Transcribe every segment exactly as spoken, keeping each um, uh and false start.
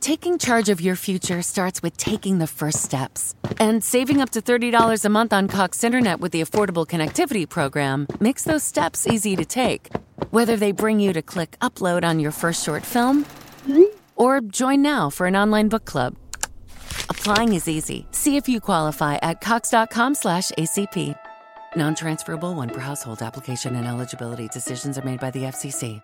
Taking charge of your future starts with taking the first steps. And saving up to thirty dollars a month on Cox Internet with the Affordable Connectivity Program makes those steps easy to take. Whether they bring you to click upload on your first short film or join now for an online book club. Applying is easy. See if you qualify at cox.com slash ACP. Non-transferable one per household. Application and eligibility decisions are made by the F C C.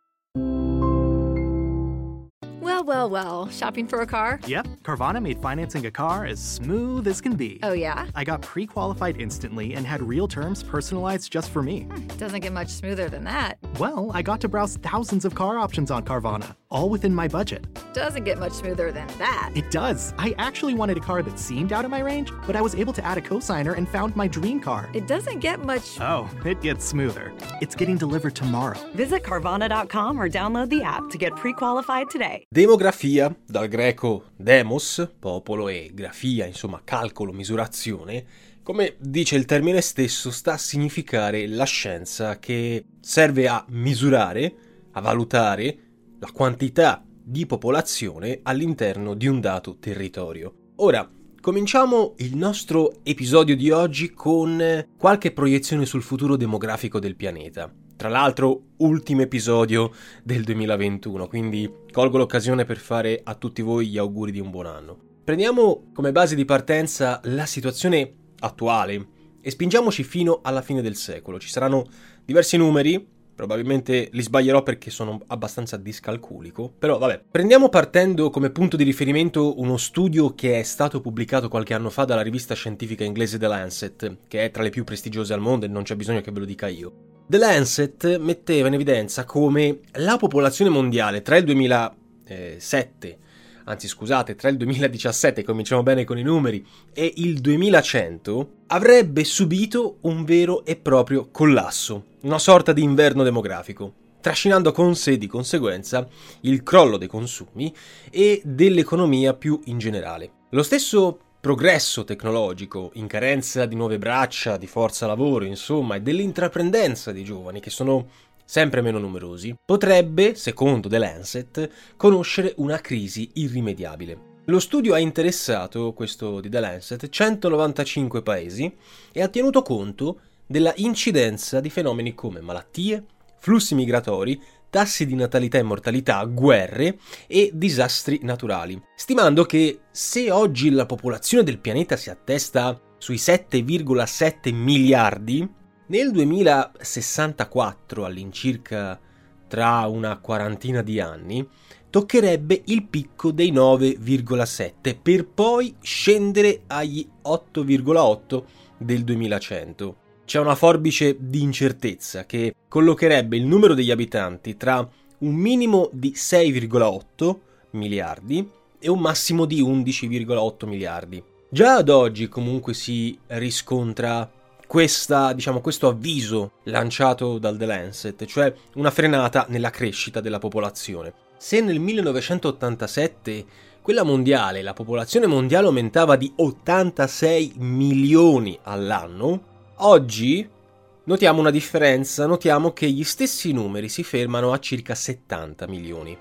Well, well, well. Shopping for a car? Yep. Carvana made financing a car as smooth as can be. Oh, yeah? I got pre-qualified instantly and had real terms personalized just for me. Hmm, doesn't get much smoother than that. Well, I got to browse thousands of car options on Carvana, all within my budget. Doesn't get much smoother than that. It does. I actually wanted a car that seemed out of my range, but I was able to add a cosigner and found my dream car. It doesn't get much... Oh, it gets smoother. It's getting delivered tomorrow. Visit Carvana dot com or download the app to get pre-qualified today. Demografia, dal greco demos, popolo, e grafia, insomma calcolo, misurazione, come dice il termine stesso, sta a significare la scienza che serve a misurare, a valutare la quantità di popolazione all'interno di un dato territorio. Ora, cominciamo il nostro episodio di oggi con qualche proiezione sul futuro demografico del pianeta. Tra l'altro, ultimo episodio del duemilaventuno, quindi colgo l'occasione per fare a tutti voi gli auguri di un buon anno. Prendiamo come base di partenza la situazione attuale e spingiamoci fino alla fine del secolo. Ci saranno diversi numeri, probabilmente li sbaglierò perché sono abbastanza discalculico, però vabbè. Prendiamo partendo come punto di riferimento uno studio che è stato pubblicato qualche anno fa dalla rivista scientifica inglese The Lancet, che è tra le più prestigiose al mondo e non c'è bisogno che ve lo dica io. The Lancet metteva in evidenza come la popolazione mondiale tra il duemilasette, anzi scusate, tra il duemiladiciassette, cominciamo bene con i numeri, e il duemilacento, avrebbe subito un vero e proprio collasso, una sorta di inverno demografico, trascinando con sé di conseguenza il crollo dei consumi e dell'economia più in generale. Lo stesso progresso tecnologico, in carenza di nuove braccia, di forza lavoro, insomma, e dell'intraprendenza dei giovani, che sono sempre meno numerosi, potrebbe, secondo The Lancet, conoscere una crisi irrimediabile. Lo studio ha interessato, questo di The Lancet, centonovantacinque paesi e ha tenuto conto della incidenza di fenomeni come malattie, flussi migratori, tassi di natalità e mortalità, guerre e disastri naturali, stimando che se oggi la popolazione del pianeta si attesta sui sette virgola sette miliardi, nel duemilasessantaquattro, all'incirca tra una quarantina di anni, toccherebbe il picco dei nove virgola sette per poi scendere agli otto virgola otto del duemilacento. C'è una forbice di incertezza che collocherebbe il numero degli abitanti tra un minimo di sei virgola otto miliardi e un massimo di undici virgola otto miliardi. Già ad oggi comunque si riscontra questa, diciamo, questo avviso lanciato dal The Lancet, cioè una frenata nella crescita della popolazione. Se nel millenovecentottantasette quella mondiale, la popolazione mondiale aumentava di ottantasei milioni all'anno, oggi notiamo una differenza, notiamo che gli stessi numeri si fermano a circa settanta milioni.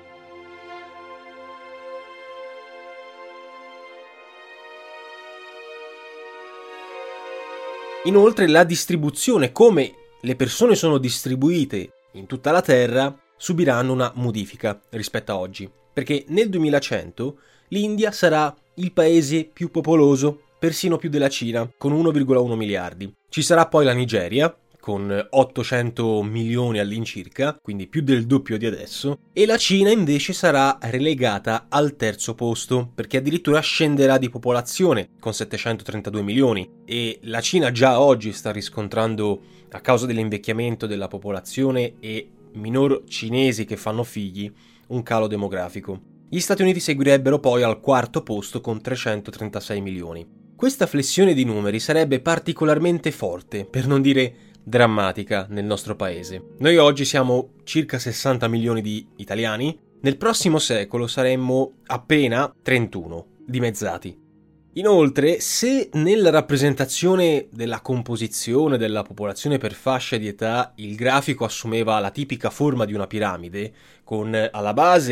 Inoltre la distribuzione, come le persone sono distribuite in tutta la Terra, subiranno una modifica rispetto a oggi, perché nel duemilacento l'India sarà il paese più popoloso, persino più della Cina, con uno virgola uno miliardi. Ci sarà poi la Nigeria, con ottocento milioni all'incirca, quindi più del doppio di adesso, e la Cina invece sarà relegata al terzo posto, perché addirittura scenderà di popolazione, con settecentotrentadue milioni, e la Cina già oggi sta riscontrando, a causa dell'invecchiamento della popolazione e minor cinesi che fanno figli, un calo demografico. Gli Stati Uniti seguirebbero poi al quarto posto con trecentotrentasei milioni. Questa flessione di numeri sarebbe particolarmente forte, per non dire drammatica, nel nostro paese. Noi oggi siamo circa sessanta milioni di italiani, nel prossimo secolo saremmo appena trentuno, dimezzati. Inoltre, se nella rappresentazione della composizione della popolazione per fascia di età il grafico assumeva la tipica forma di una piramide, con alla base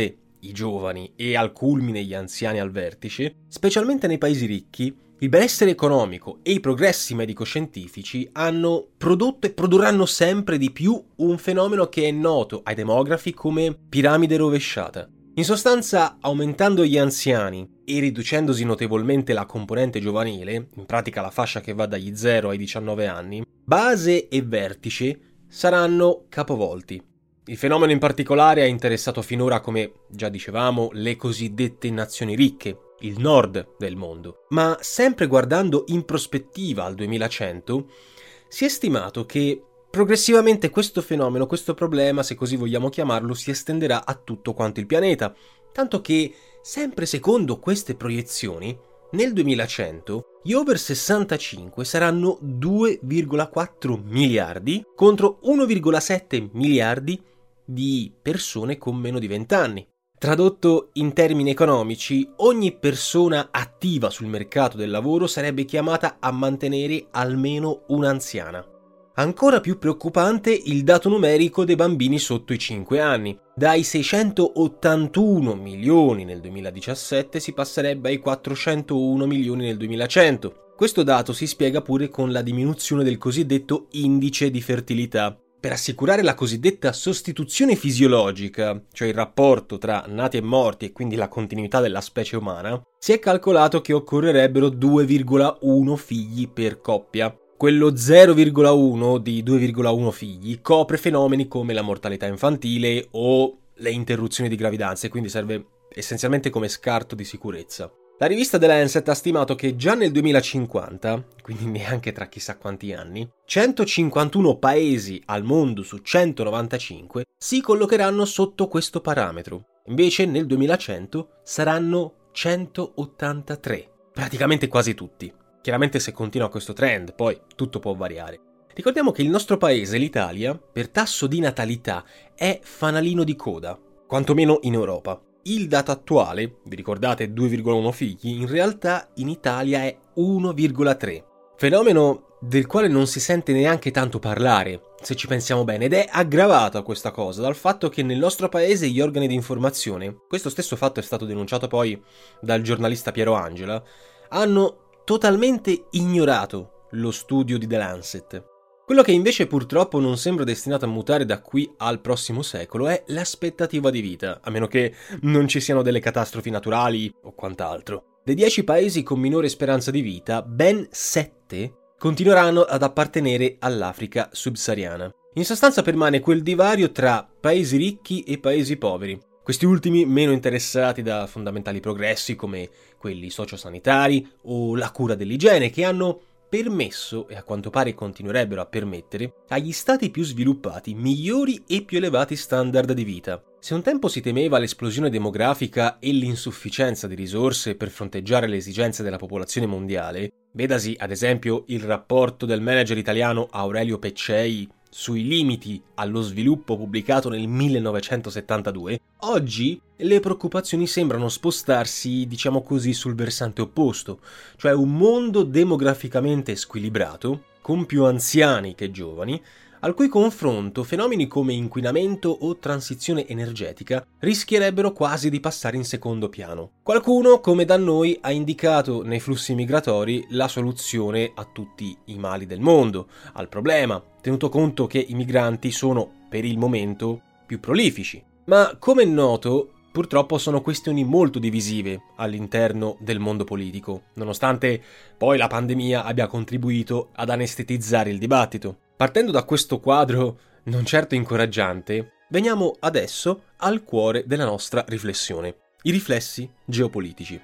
i giovani e al culmine gli anziani al vertice, specialmente nei paesi ricchi, il benessere economico e i progressi medico-scientifici hanno prodotto e produrranno sempre di più un fenomeno che è noto ai demografi come piramide rovesciata. In sostanza, aumentando gli anziani e riducendosi notevolmente la componente giovanile, in pratica la fascia che va dagli zero ai diciannove anni, base e vertice saranno capovolti. Il fenomeno in particolare ha interessato finora, come già dicevamo, le cosiddette nazioni ricche, il nord del mondo. Ma sempre guardando in prospettiva al duemilacento, si è stimato che progressivamente questo fenomeno, questo problema, se così vogliamo chiamarlo, si estenderà a tutto quanto il pianeta, tanto che, sempre secondo queste proiezioni, nel duemilacento gli over sessantacinque saranno due virgola quattro miliardi contro uno virgola sette miliardi di persone con meno di venti anni. Tradotto in termini economici, ogni persona attiva sul mercato del lavoro sarebbe chiamata a mantenere almeno un'anziana. Ancora più preoccupante il dato numerico dei bambini sotto i cinque anni. Dai seicentottantuno milioni nel duemiladiciassette si passerebbe ai quattrocentouno milioni nel duemilacento. Questo dato si spiega pure con la diminuzione del cosiddetto indice di fertilità. Per assicurare la cosiddetta sostituzione fisiologica, cioè il rapporto tra nati e morti e quindi la continuità della specie umana, si è calcolato che occorrerebbero due virgola uno figli per coppia. Quello zero virgola uno di due virgola uno figli copre fenomeni come la mortalità infantile o le interruzioni di gravidanza e quindi serve essenzialmente come scarto di sicurezza. La rivista The Lancet ha stimato che già nel duemilacinquanta, quindi neanche tra chissà quanti anni, centocinquantuno paesi al mondo su centonovantacinque si collocheranno sotto questo parametro. Invece nel duemilacento saranno centottantatré, praticamente quasi tutti. Chiaramente se continua questo trend, poi tutto può variare. Ricordiamo che il nostro paese, l'Italia, per tasso di natalità è fanalino di coda, quantomeno in Europa. Il dato attuale, vi ricordate due virgola uno figli, in realtà in Italia è uno virgola tre. Fenomeno del quale non si sente neanche tanto parlare, se ci pensiamo bene, ed è aggravato questa cosa dal fatto che nel nostro paese gli organi di informazione, questo stesso fatto è stato denunciato poi dal giornalista Piero Angela, hanno totalmente ignorato lo studio di The Lancet. Quello che invece purtroppo non sembra destinato a mutare da qui al prossimo secolo è l'aspettativa di vita, a meno che non ci siano delle catastrofi naturali o quant'altro. Dei dieci paesi con minore speranza di vita, ben sette continueranno ad appartenere all'Africa subsahariana. In sostanza permane quel divario tra paesi ricchi e paesi poveri. Questi ultimi meno interessati da fondamentali progressi come quelli sociosanitari o la cura dell'igiene, che hanno permesso, e a quanto pare continuerebbero a permettere, agli stati più sviluppati migliori e più elevati standard di vita. Se un tempo si temeva l'esplosione demografica e l'insufficienza di risorse per fronteggiare le esigenze della popolazione mondiale, vedasi ad esempio il rapporto del manager italiano Aurelio Peccei sui limiti allo sviluppo pubblicato nel millenovecentosettantadue, oggi le preoccupazioni sembrano spostarsi, diciamo così, sul versante opposto, cioè un mondo demograficamente squilibrato, con più anziani che giovani, al cui confronto fenomeni come inquinamento o transizione energetica rischierebbero quasi di passare in secondo piano. Qualcuno, come da noi, ha indicato nei flussi migratori la soluzione a tutti i mali del mondo, al problema, tenuto conto che i migranti sono, per il momento, più prolifici. Ma, come è noto, purtroppo sono questioni molto divisive all'interno del mondo politico, nonostante poi la pandemia abbia contribuito ad anestetizzare il dibattito. Partendo da questo quadro non certo incoraggiante, veniamo adesso al cuore della nostra riflessione, i riflessi geopolitici.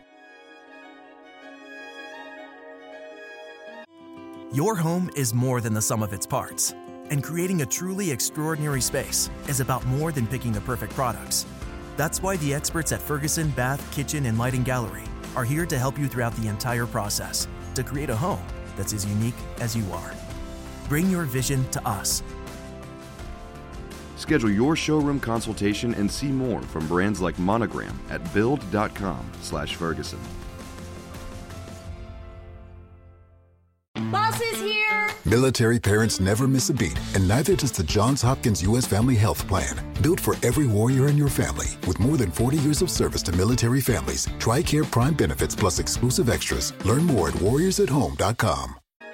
Your home is more than the sum of its parts, and creating a truly extraordinary space is about more than picking the perfect products. That's why the experts at Ferguson Bath, Kitchen, and Lighting Gallery are here to help you throughout the entire process to create a home that's as unique as you are. Bring your vision to us. Schedule your showroom consultation and see more from brands like Monogram at build.com slash Ferguson. Boss is here! Military parents never miss a beat, and neither does the Johns Hopkins U S Family Health Plan. Built for every warrior in your family, with more than forty years of service to military families. TRICARE Prime benefits plus exclusive extras. Learn more at warriors at home dot com.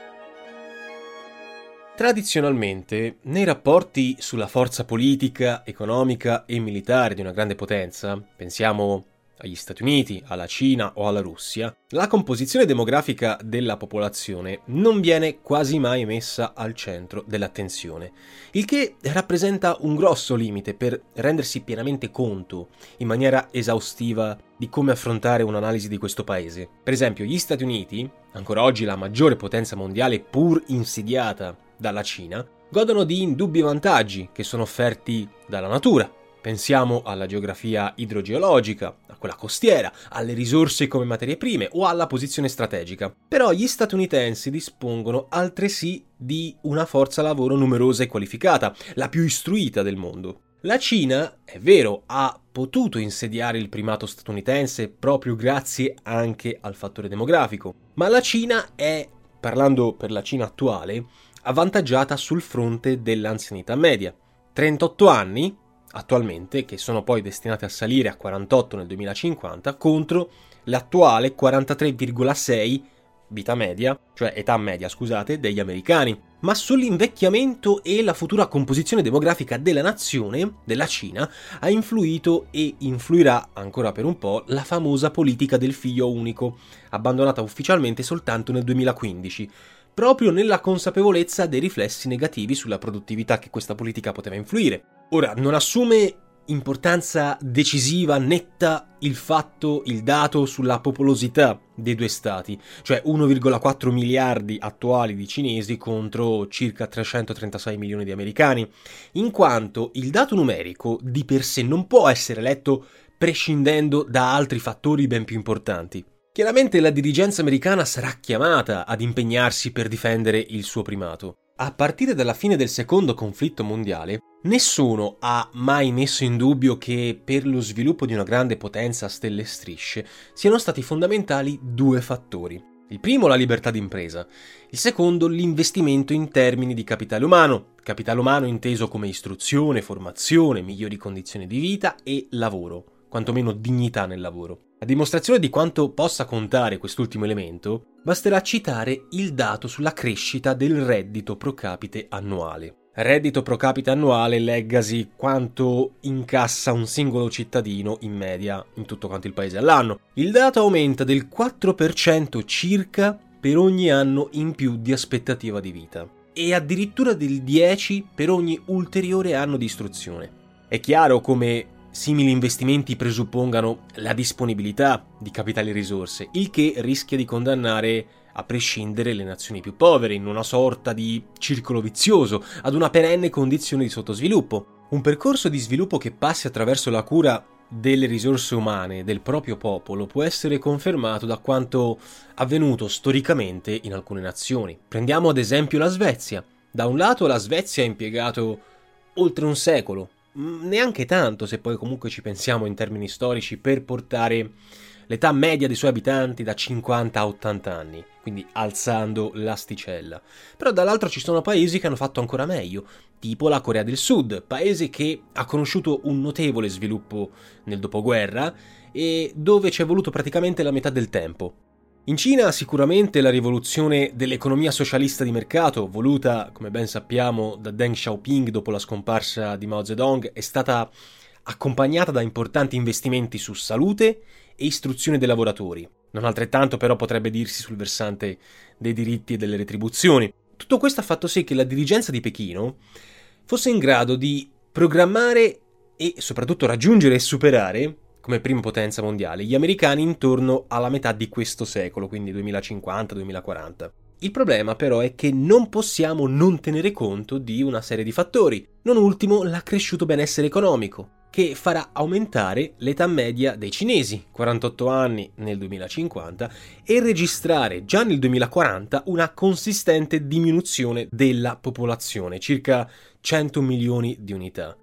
Tradizionalmente, nei rapporti sulla forza politica, economica e militare di una grande potenza, pensiamo agli Stati Uniti, alla Cina o alla Russia, la composizione demografica della popolazione non viene quasi mai messa al centro dell'attenzione, il che rappresenta un grosso limite per rendersi pienamente conto, in maniera esaustiva, di come affrontare un'analisi di questo paese. Per esempio, gli Stati Uniti, ancora oggi la maggiore potenza mondiale pur insidiata dalla Cina, godono di indubbi vantaggi che sono offerti dalla natura. Pensiamo alla geografia idrogeologica, a quella costiera, alle risorse come materie prime o alla posizione strategica. Però gli statunitensi dispongono altresì di una forza lavoro numerosa e qualificata, la più istruita del mondo. La Cina, è vero, ha potuto insediare il primato statunitense proprio grazie anche al fattore demografico, ma la Cina è, parlando per la Cina attuale, avvantaggiata sul fronte dell'anzianità media. trentotto anni, attualmente, che sono poi destinati a salire a quarantotto nel duemilacinquanta, contro l'attuale quarantatré virgola sei vita media, cioè età media, scusate, degli americani. Ma sull'invecchiamento e la futura composizione demografica della nazione, della Cina, ha influito e influirà ancora per un po' la famosa politica del figlio unico, abbandonata ufficialmente soltanto nel duemilaquindici, proprio nella consapevolezza dei riflessi negativi sulla produttività che questa politica poteva influire. Ora, non assume importanza decisiva, netta, il fatto, il dato sulla popolosità dei due stati, cioè uno virgola quattro miliardi attuali di cinesi contro circa trecentotrentasei milioni di americani, in quanto il dato numerico di per sé non può essere letto prescindendo da altri fattori ben più importanti. Chiaramente la dirigenza americana sarà chiamata ad impegnarsi per difendere il suo primato. A partire dalla fine del secondo conflitto mondiale, nessuno ha mai messo in dubbio che per lo sviluppo di una grande potenza a stelle e strisce siano stati fondamentali due fattori. Il primo, la libertà d'impresa. Il secondo, l'investimento in termini di capitale umano. Capitale umano inteso come istruzione, formazione, migliori condizioni di vita e lavoro, quantomeno dignità nel lavoro. A dimostrazione di quanto possa contare quest'ultimo elemento, basterà citare il dato sulla crescita del reddito pro capite annuale. Reddito pro capite annuale, leggasi quanto incassa un singolo cittadino in media in tutto quanto il paese all'anno. Il dato aumenta del quattro per cento circa per ogni anno in più di aspettativa di vita e addirittura del dieci per cento per ogni ulteriore anno di istruzione. È chiaro come simili investimenti presuppongano la disponibilità di capitali e risorse, il che rischia di condannare a prescindere le nazioni più povere in una sorta di circolo vizioso, ad una perenne condizione di sottosviluppo. Un percorso di sviluppo che passi attraverso la cura delle risorse umane del proprio popolo può essere confermato da quanto avvenuto storicamente in alcune nazioni. Prendiamo ad esempio la Svezia. Da un lato la Svezia ha impiegato oltre un secolo, neanche tanto se poi comunque ci pensiamo in termini storici, per portare l'età media dei suoi abitanti da cinquanta a ottanta anni, quindi alzando l'asticella. Però dall'altro ci sono paesi che hanno fatto ancora meglio, tipo la Corea del Sud, paese che ha conosciuto un notevole sviluppo nel dopoguerra e dove ci è voluto praticamente la metà del tempo. In Cina sicuramente la rivoluzione dell'economia socialista di mercato, voluta, come ben sappiamo, da Deng Xiaoping dopo la scomparsa di Mao Zedong, è stata accompagnata da importanti investimenti su salute e istruzione dei lavoratori. Non altrettanto però potrebbe dirsi sul versante dei diritti e delle retribuzioni. Tutto questo ha fatto sì che la dirigenza di Pechino fosse in grado di programmare e soprattutto raggiungere e superare, come prima potenza mondiale, gli americani intorno alla metà di questo secolo, quindi duemilacinquanta duemilaquaranta. Il problema però è che non possiamo non tenere conto di una serie di fattori, non ultimo l'accresciuto benessere economico, che farà aumentare l'età media dei cinesi, quarantotto anni nel duemilacinquanta, e registrare già nel duemilaquaranta una consistente diminuzione della popolazione, circa cento milioni di unità.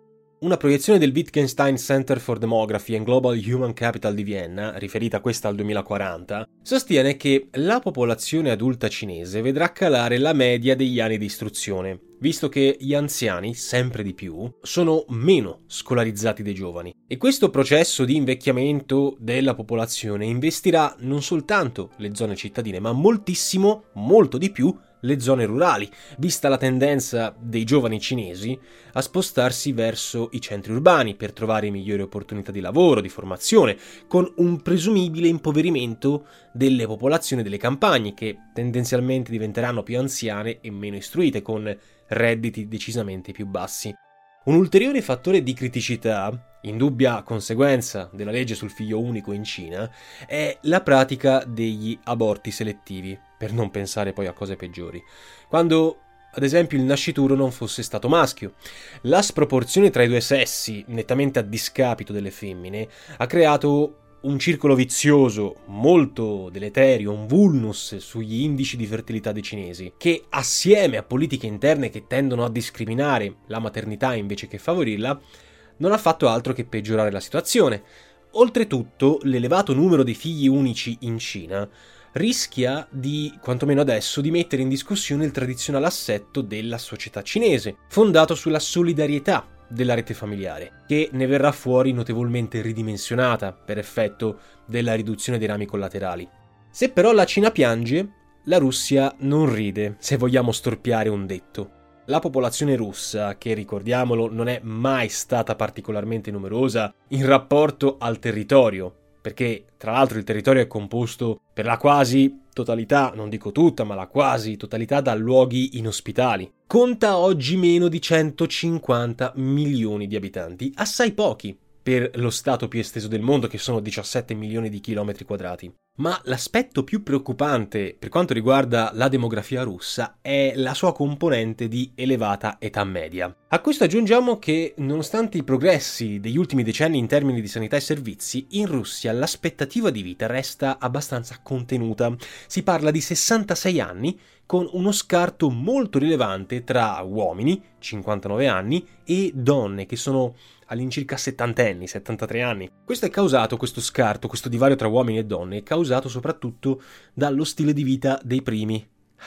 Una proiezione del Wittgenstein Center for Demography and Global Human Capital di Vienna, riferita questa al duemilaquaranta, sostiene che la popolazione adulta cinese vedrà calare la media degli anni di istruzione, visto che gli anziani, sempre di più, sono meno scolarizzati dei giovani. E questo processo di invecchiamento della popolazione investirà non soltanto le zone cittadine, ma moltissimo, molto di più, le zone rurali, vista la tendenza dei giovani cinesi a spostarsi verso i centri urbani per trovare migliori opportunità di lavoro, di formazione, con un presumibile impoverimento delle popolazioni delle campagne, che tendenzialmente diventeranno più anziane e meno istruite, con redditi decisamente più bassi. Un ulteriore fattore di criticità, indubbia conseguenza della legge sul figlio unico in Cina, è la pratica degli aborti selettivi, per non pensare poi a cose peggiori. Quando, ad esempio, il nascituro non fosse stato maschio. La sproporzione tra i due sessi, nettamente a discapito delle femmine, ha creato un circolo vizioso molto deleterio, un vulnus sugli indici di fertilità dei cinesi, che assieme a politiche interne che tendono a discriminare la maternità invece che favorirla, non ha fatto altro che peggiorare la situazione. Oltretutto, l'elevato numero di figli unici in Cina rischia di, quantomeno adesso, di mettere in discussione il tradizionale assetto della società cinese, fondato sulla solidarietà della rete familiare, che ne verrà fuori notevolmente ridimensionata per effetto della riduzione dei rami collaterali. Se però la Cina piange, la Russia non ride, se vogliamo storpiare un detto. La popolazione russa, che ricordiamolo non è mai stata particolarmente numerosa in rapporto al territorio, perché tra l'altro il territorio è composto per la quasi totalità, non dico tutta, ma la quasi totalità da luoghi inospitali. Conta oggi meno di centocinquanta milioni di abitanti, assai pochi per lo stato più esteso del mondo, che sono diciassette milioni di chilometri quadrati. Ma l'aspetto più preoccupante per quanto riguarda la demografia russa è la sua componente di elevata età media. A questo aggiungiamo che, nonostante i progressi degli ultimi decenni in termini di sanità e servizi, in Russia l'aspettativa di vita resta abbastanza contenuta. Si parla di sessantasei anni, con uno scarto molto rilevante tra uomini, cinquantanove anni, e donne, che sono all'incirca settantenni, settantatré anni. Questo è causato, questo scarto, questo divario tra uomini e donne, è causato soprattutto dallo stile di vita dei primi.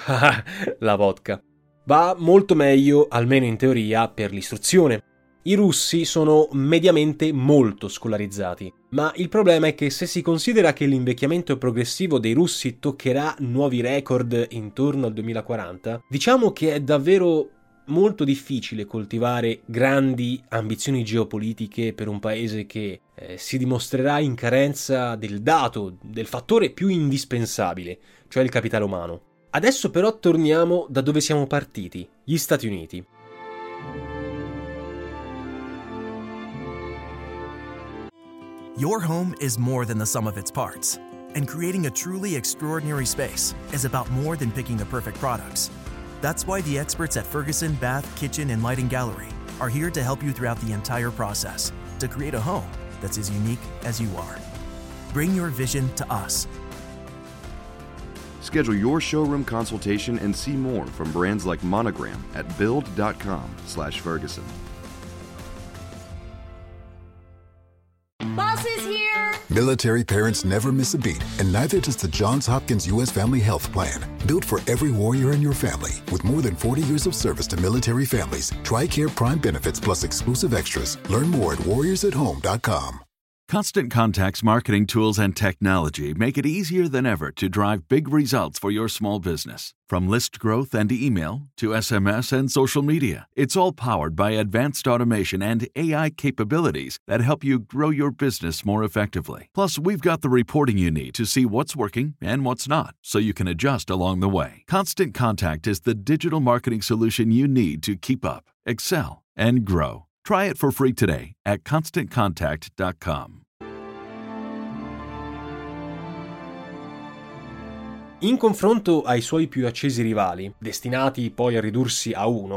La vodka. Va molto meglio, almeno in teoria, per l'istruzione. I russi sono mediamente molto scolarizzati, ma il problema è che se si considera che l'invecchiamento progressivo dei russi toccherà nuovi record intorno al duemilaquaranta, diciamo che è davvero molto difficile coltivare grandi ambizioni geopolitiche per un paese che eh, si dimostrerà in carenza del dato, del fattore più indispensabile, cioè il capitale umano. Adesso però torniamo da dove siamo partiti, gli Stati Uniti. Your home is more than the sum of its parts, and creating a truly extraordinary space is about more than picking the perfect products. That's why the experts at Ferguson Bath, Kitchen, and Lighting Gallery are here to help you throughout the entire process to create a home that's as unique as you are. Bring your vision to us. Schedule your showroom consultation and see more from brands like Monogram at build.com slash Ferguson. Boss is here! Military parents never miss a beat, and neither does the Johns Hopkins U S Family Health Plan. Built for every warrior in your family, with more than forty years of service to military families. TRICARE Prime benefits plus exclusive extras. Learn more at warriors at home dot com. Constant Contact's marketing tools and technology make it easier than ever to drive big results for your small business. From list growth and email to S M S and social media, it's all powered by advanced automation and A I capabilities that help you grow your business more effectively. Plus, we've got the reporting you need to see what's working and what's not, so you can adjust along the way. Constant Contact is the digital marketing solution you need to keep up, excel, and grow. Try it for free today at constant contact dot com. In confronto ai suoi più accesi rivali, destinati poi a ridursi a uno,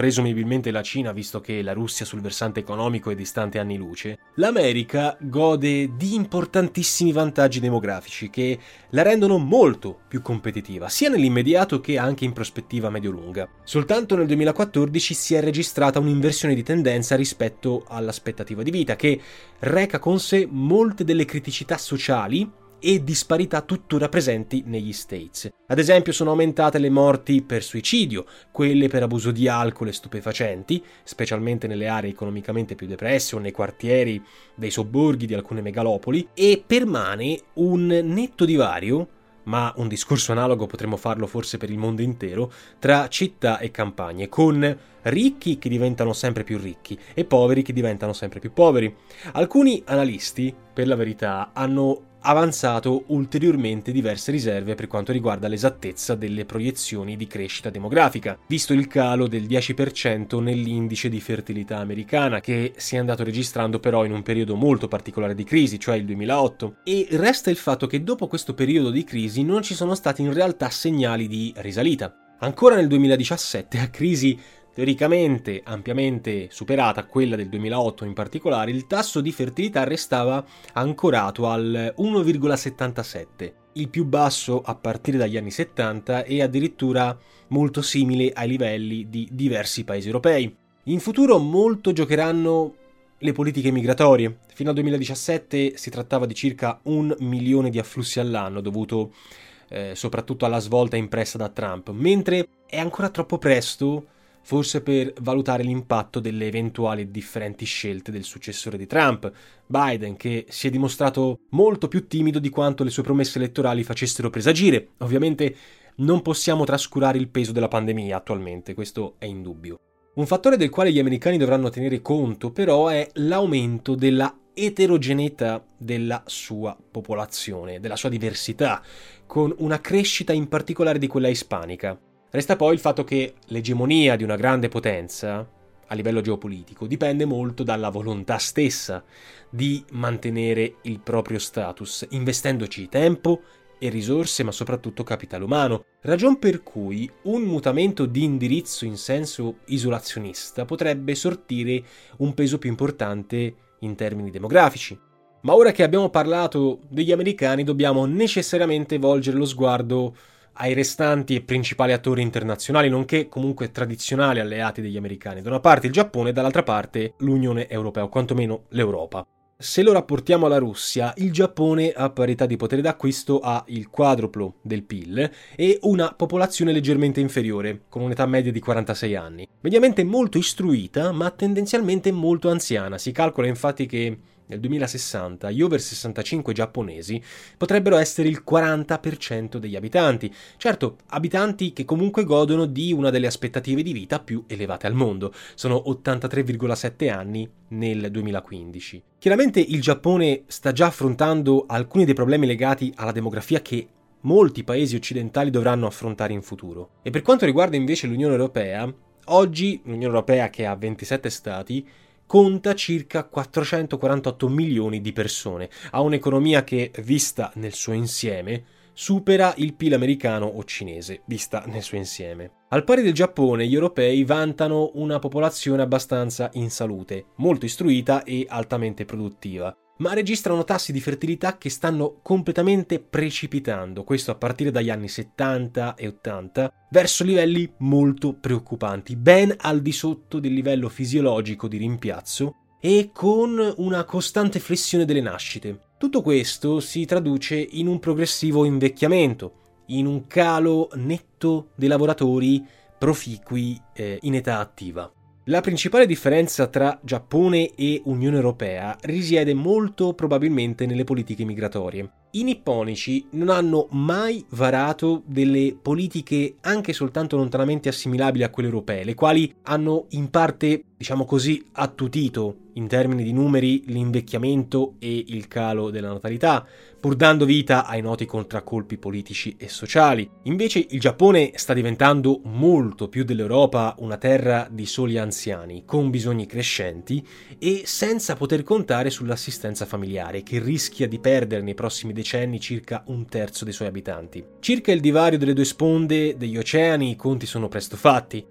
presumibilmente la Cina, visto che la Russia sul versante economico è distante anni luce, l'America gode di importantissimi vantaggi demografici che la rendono molto più competitiva, sia nell'immediato che anche in prospettiva medio-lunga. Soltanto nel duemilaquattordici si è registrata un'inversione di tendenza rispetto all'aspettativa di vita, che reca con sé molte delle criticità sociali e disparità tuttora presenti negli States. Ad esempio sono aumentate le morti per suicidio, quelle per abuso di alcol e stupefacenti, specialmente nelle aree economicamente più depresse o nei quartieri dei sobborghi di alcune megalopoli, e permane un netto divario, ma un discorso analogo potremmo farlo forse per il mondo intero, tra città e campagne, con ricchi che diventano sempre più ricchi e poveri che diventano sempre più poveri. Alcuni analisti, per la verità, hanno avanzato ulteriormente diverse riserve per quanto riguarda l'esattezza delle proiezioni di crescita demografica, visto il calo del dieci per cento nell'indice di fertilità americana, che si è andato registrando però in un periodo molto particolare di crisi, cioè il duemilaotto, e resta il fatto che dopo questo periodo di crisi non ci sono stati in realtà segnali di risalita. Ancora nel duemiladiciassette, a crisi teoricamente ampiamente superata, quella del duemilaotto in particolare, il tasso di fertilità restava ancorato al uno virgola settantasette, il più basso a partire dagli anni settanta e addirittura molto simile ai livelli di diversi paesi europei. In futuro molto giocheranno le politiche migratorie. Fino al duemiladiciassette si trattava di circa un milione di afflussi all'anno, dovuto eh, soprattutto alla svolta impressa da Trump, mentre è ancora troppo presto forse per valutare l'impatto delle eventuali differenti scelte del successore di Trump, Biden, che si è dimostrato molto più timido di quanto le sue promesse elettorali facessero presagire. Ovviamente non possiamo trascurare il peso della pandemia attualmente, questo è indubbio. Un fattore del quale gli americani dovranno tenere conto però è l'aumento della eterogeneità della sua popolazione, della sua diversità, con una crescita in particolare di quella ispanica. Resta poi il fatto che l'egemonia di una grande potenza, a livello geopolitico, dipende molto dalla volontà stessa di mantenere il proprio status, investendoci tempo e risorse, ma soprattutto capitale umano, ragion per cui un mutamento di indirizzo in senso isolazionista potrebbe sortire un peso più importante in termini demografici. Ma ora che abbiamo parlato degli americani, dobbiamo necessariamente volgere lo sguardo ai restanti e principali attori internazionali, nonché comunque tradizionali alleati degli americani, da una parte il Giappone e dall'altra parte l'Unione Europea, o quantomeno l'Europa. Se lo rapportiamo alla Russia, il Giappone a parità di potere d'acquisto ha il quadruplo del P I L e una popolazione leggermente inferiore, con un'età media di quarantasei anni, mediamente molto istruita ma tendenzialmente molto anziana. Si calcola infatti che nel duemilasessanta gli over sessantacinque giapponesi potrebbero essere il quaranta per cento degli abitanti. Certo, abitanti che comunque godono di una delle aspettative di vita più elevate al mondo. Sono ottantatré virgola sette anni nel duemilaquindici. Chiaramente il Giappone sta già affrontando alcuni dei problemi legati alla demografia che molti paesi occidentali dovranno affrontare in futuro. E per quanto riguarda invece l'Unione Europea, oggi l'Unione Europea, che ha ventisette stati, conta circa quattrocentoquarantotto milioni di persone, ha un'economia che, vista nel suo insieme, supera il P I L americano o cinese, vista nel suo insieme. Al pari del Giappone, gli europei vantano una popolazione abbastanza in salute, molto istruita e altamente produttiva, ma registrano tassi di fertilità che stanno completamente precipitando, questo a partire dagli anni settanta e ottanta, verso livelli molto preoccupanti, ben al di sotto del livello fisiologico di rimpiazzo e con una costante flessione delle nascite. Tutto questo si traduce in un progressivo invecchiamento, in un calo netto dei lavoratori proficui eh, in età attiva. La principale differenza tra Giappone e Unione Europea risiede molto probabilmente nelle politiche migratorie. I nipponici non hanno mai varato delle politiche anche soltanto lontanamente assimilabili a quelle europee, le quali hanno in parte, diciamo così, attutito in termini di numeri l'invecchiamento e il calo della natalità, pur dando vita ai noti contraccolpi politici e sociali. Invece il Giappone sta diventando molto più dell'Europa una terra di soli anziani, con bisogni crescenti e senza poter contare sull'assistenza familiare, che rischia di perdere nei prossimi decenni circa un terzo dei suoi abitanti. Circa il divario delle due sponde degli oceani i conti sono presto fatti.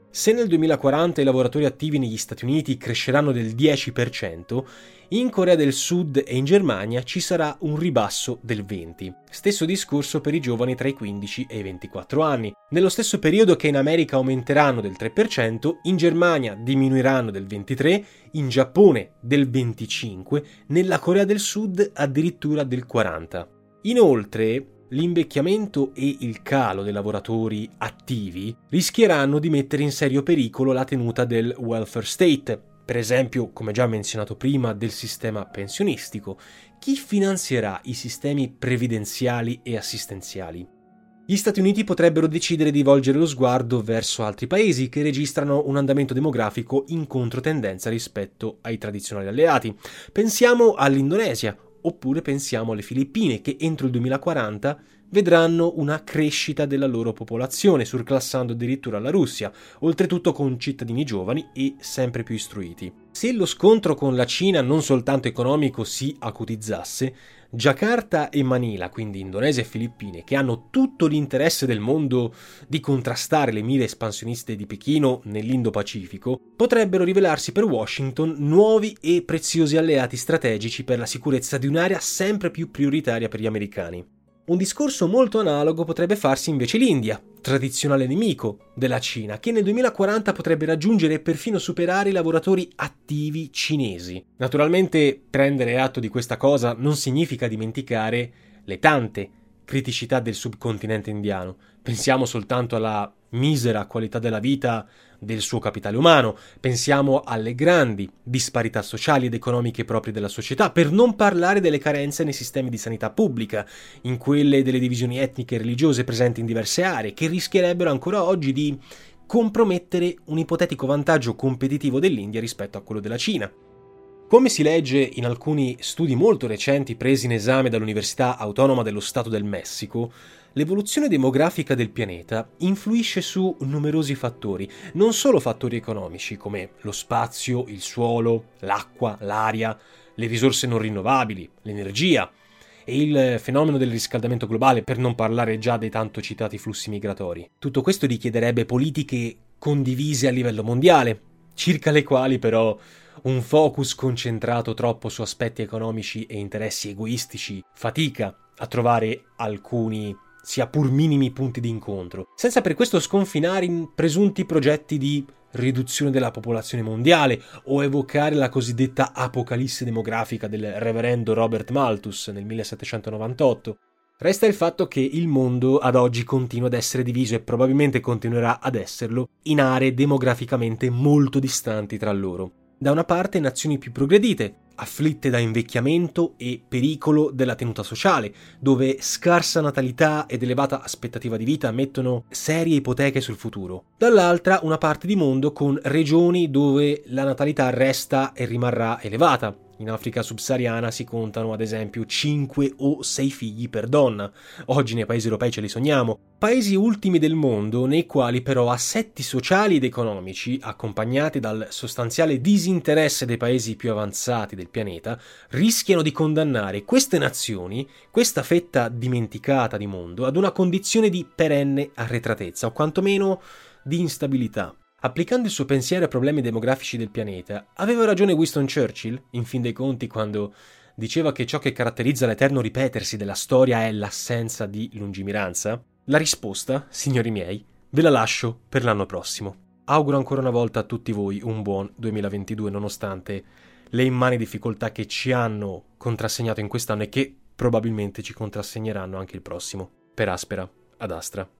Se nel duemilaquaranta i lavoratori attivi negli Stati Uniti cresceranno del dieci per cento, in Corea del Sud e in Germania ci sarà un ribasso del venti per cento. Stesso discorso per i giovani tra i quindici e i ventiquattro anni. Nello stesso periodo che in America aumenteranno del tre per cento, in Germania diminuiranno del ventitré per cento, in Giappone del venticinque per cento, nella Corea del Sud addirittura del quaranta per cento. Inoltre, l'invecchiamento e il calo dei lavoratori attivi rischieranno di mettere in serio pericolo la tenuta del welfare state, per esempio, come già menzionato prima, del sistema pensionistico. Chi finanzierà i sistemi previdenziali e assistenziali? Gli Stati Uniti potrebbero decidere di volgere lo sguardo verso altri paesi che registrano un andamento demografico in controtendenza rispetto ai tradizionali alleati. Pensiamo all'Indonesia, oppure pensiamo alle Filippine, che entro il duemilaquaranta vedranno una crescita della loro popolazione, surclassando addirittura la Russia, oltretutto con cittadini giovani e sempre più istruiti. Se lo scontro con la Cina non soltanto economico si acutizzasse, Giacarta e Manila, quindi Indonesia e Filippine, che hanno tutto l'interesse del mondo di contrastare le mire espansioniste di Pechino nell'Indo-Pacifico, potrebbero rivelarsi per Washington nuovi e preziosi alleati strategici per la sicurezza di un'area sempre più prioritaria per gli americani. Un discorso molto analogo potrebbe farsi invece l'India, tradizionale nemico della Cina, che nel duemilaquaranta potrebbe raggiungere e perfino superare i lavoratori attivi cinesi. Naturalmente prendere atto di questa cosa non significa dimenticare le tante criticità del subcontinente indiano. Pensiamo soltanto alla misera qualità della vita del suo capitale umano, pensiamo alle grandi disparità sociali ed economiche proprie della società, per non parlare delle carenze nei sistemi di sanità pubblica, in quelle delle divisioni etniche e religiose presenti in diverse aree, che rischierebbero ancora oggi di compromettere un ipotetico vantaggio competitivo dell'India rispetto a quello della Cina. Come si legge in alcuni studi molto recenti presi in esame dall'Università Autonoma dello Stato del Messico, l'evoluzione demografica del pianeta influisce su numerosi fattori, non solo fattori economici come lo spazio, il suolo, l'acqua, l'aria, le risorse non rinnovabili, l'energia e il fenomeno del riscaldamento globale, per non parlare già dei tanto citati flussi migratori. Tutto questo richiederebbe politiche condivise a livello mondiale, circa le quali però un focus concentrato troppo su aspetti economici e interessi egoistici fatica a trovare alcuni sia pur minimi punti di incontro, senza per questo sconfinare in presunti progetti di riduzione della popolazione mondiale o evocare la cosiddetta apocalisse demografica del reverendo Robert Malthus nel millesettecentonovantotto. Resta il fatto che il mondo ad oggi continua ad essere diviso e probabilmente continuerà ad esserlo in aree demograficamente molto distanti tra loro. Da una parte nazioni più progredite, afflitte da invecchiamento e pericolo della tenuta sociale, dove scarsa natalità ed elevata aspettativa di vita mettono serie ipoteche sul futuro. Dall'altra una parte di mondo con regioni dove la natalità resta e rimarrà elevata. In Africa subsahariana si contano ad esempio cinque o sei figli per donna. Oggi nei paesi europei ce li sogniamo. Paesi ultimi del mondo nei quali però assetti sociali ed economici, accompagnati dal sostanziale disinteresse dei paesi più avanzati del pianeta, rischiano di condannare queste nazioni, questa fetta dimenticata di mondo, ad una condizione di perenne arretratezza o quantomeno di instabilità. Applicando il suo pensiero ai problemi demografici del pianeta, aveva ragione Winston Churchill, in fin dei conti, quando diceva che ciò che caratterizza l'eterno ripetersi della storia è l'assenza di lungimiranza? La risposta, signori miei, ve la lascio per l'anno prossimo. Auguro ancora una volta a tutti voi un buon duemilaventidue, nonostante le immani difficoltà che ci hanno contrassegnato in quest'anno e che probabilmente ci contrassegneranno anche il prossimo. Per Aspera, ad Astra.